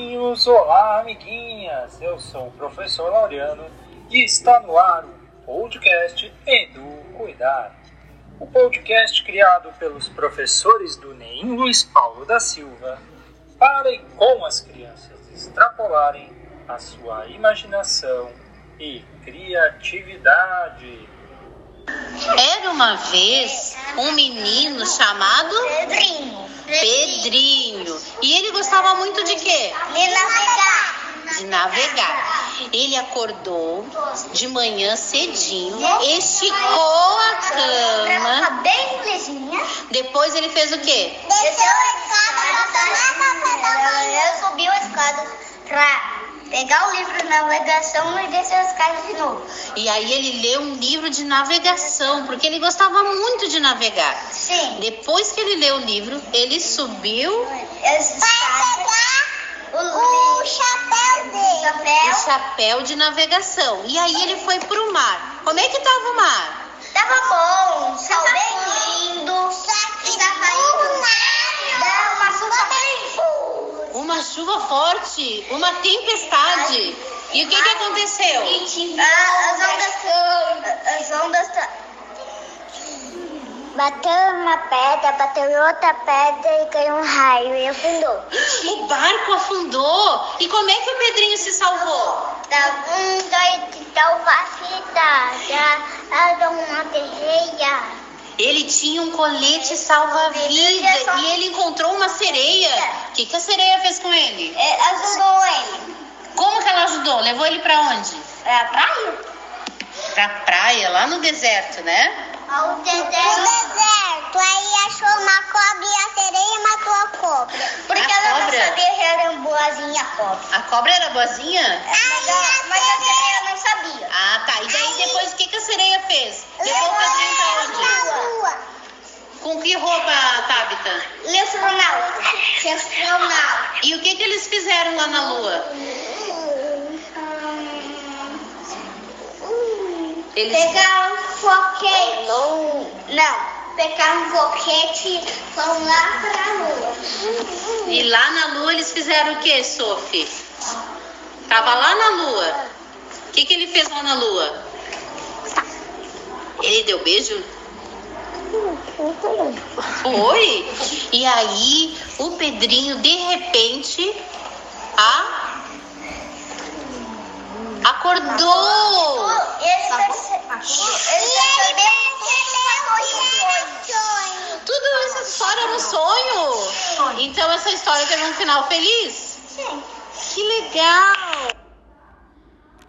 amiguinhos, olá amiguinhas, eu sou o professor Laureano e está no ar o podcast Edu Cuidar. O podcast criado pelos professores do NEM Luiz Paulo da Silva para e com as crianças extrapolarem a sua imaginação e criatividade. Era uma vez um menino chamado Pedrinho. E ele gostava muito de quê? De navegar. Ele acordou de manhã cedinho, esticou a cama. Bem flezinha. Depois ele fez o quê? Desceu a escada. Ele subiu a escada pra pegar o livro de navegação e descer as escadas de novo. E aí ele leu um livro de navegação, porque ele gostava muito de navegar. Sim. Depois que ele leu o livro, ele subiu o chapéu dele. o chapéu de navegação. E aí ele foi pro mar. Como é que tava o mar? Tava bom, sol bem lindo. Estava indo uma chuva bem. Uma chuva forte, uma tempestade. E o que aconteceu? As ondas bateu uma pedra, bateu em outra pedra e caiu um raio e afundou. O barco afundou. E como é que o Pedrinho se salvou? Uma sereia. Ele tinha um colete salva-vida e ele encontrou uma sereia. O que a sereia fez com ele? Ajudou ele. Como que ela ajudou? Levou ele pra onde? Pra praia? Pra praia, lá no deserto, né? Ao deserto. Aí achou uma cobra e a sereia matou a cobra. Porque ela não sabia que era boazinha a cobra. A cobra era boazinha? Mas a sereia não sabia. Ah, tá. E daí depois o que a sereia fez? Levou o Pedrinho pra onde? Com que roupa, Tabita? Astronauta. E o que eles fizeram lá na lua? Eles Pegaram um foguete. Não. Pegaram um foguete e foram lá pra lua. E lá na lua eles fizeram o que, Sophie? Tava lá na lua. O que ele fez lá na lua? Ele deu beijo? Foi? E aí o Pedrinho de repente acordou. Tudo essa história era um sonho? Então essa história teve um final feliz? Sim. Que legal!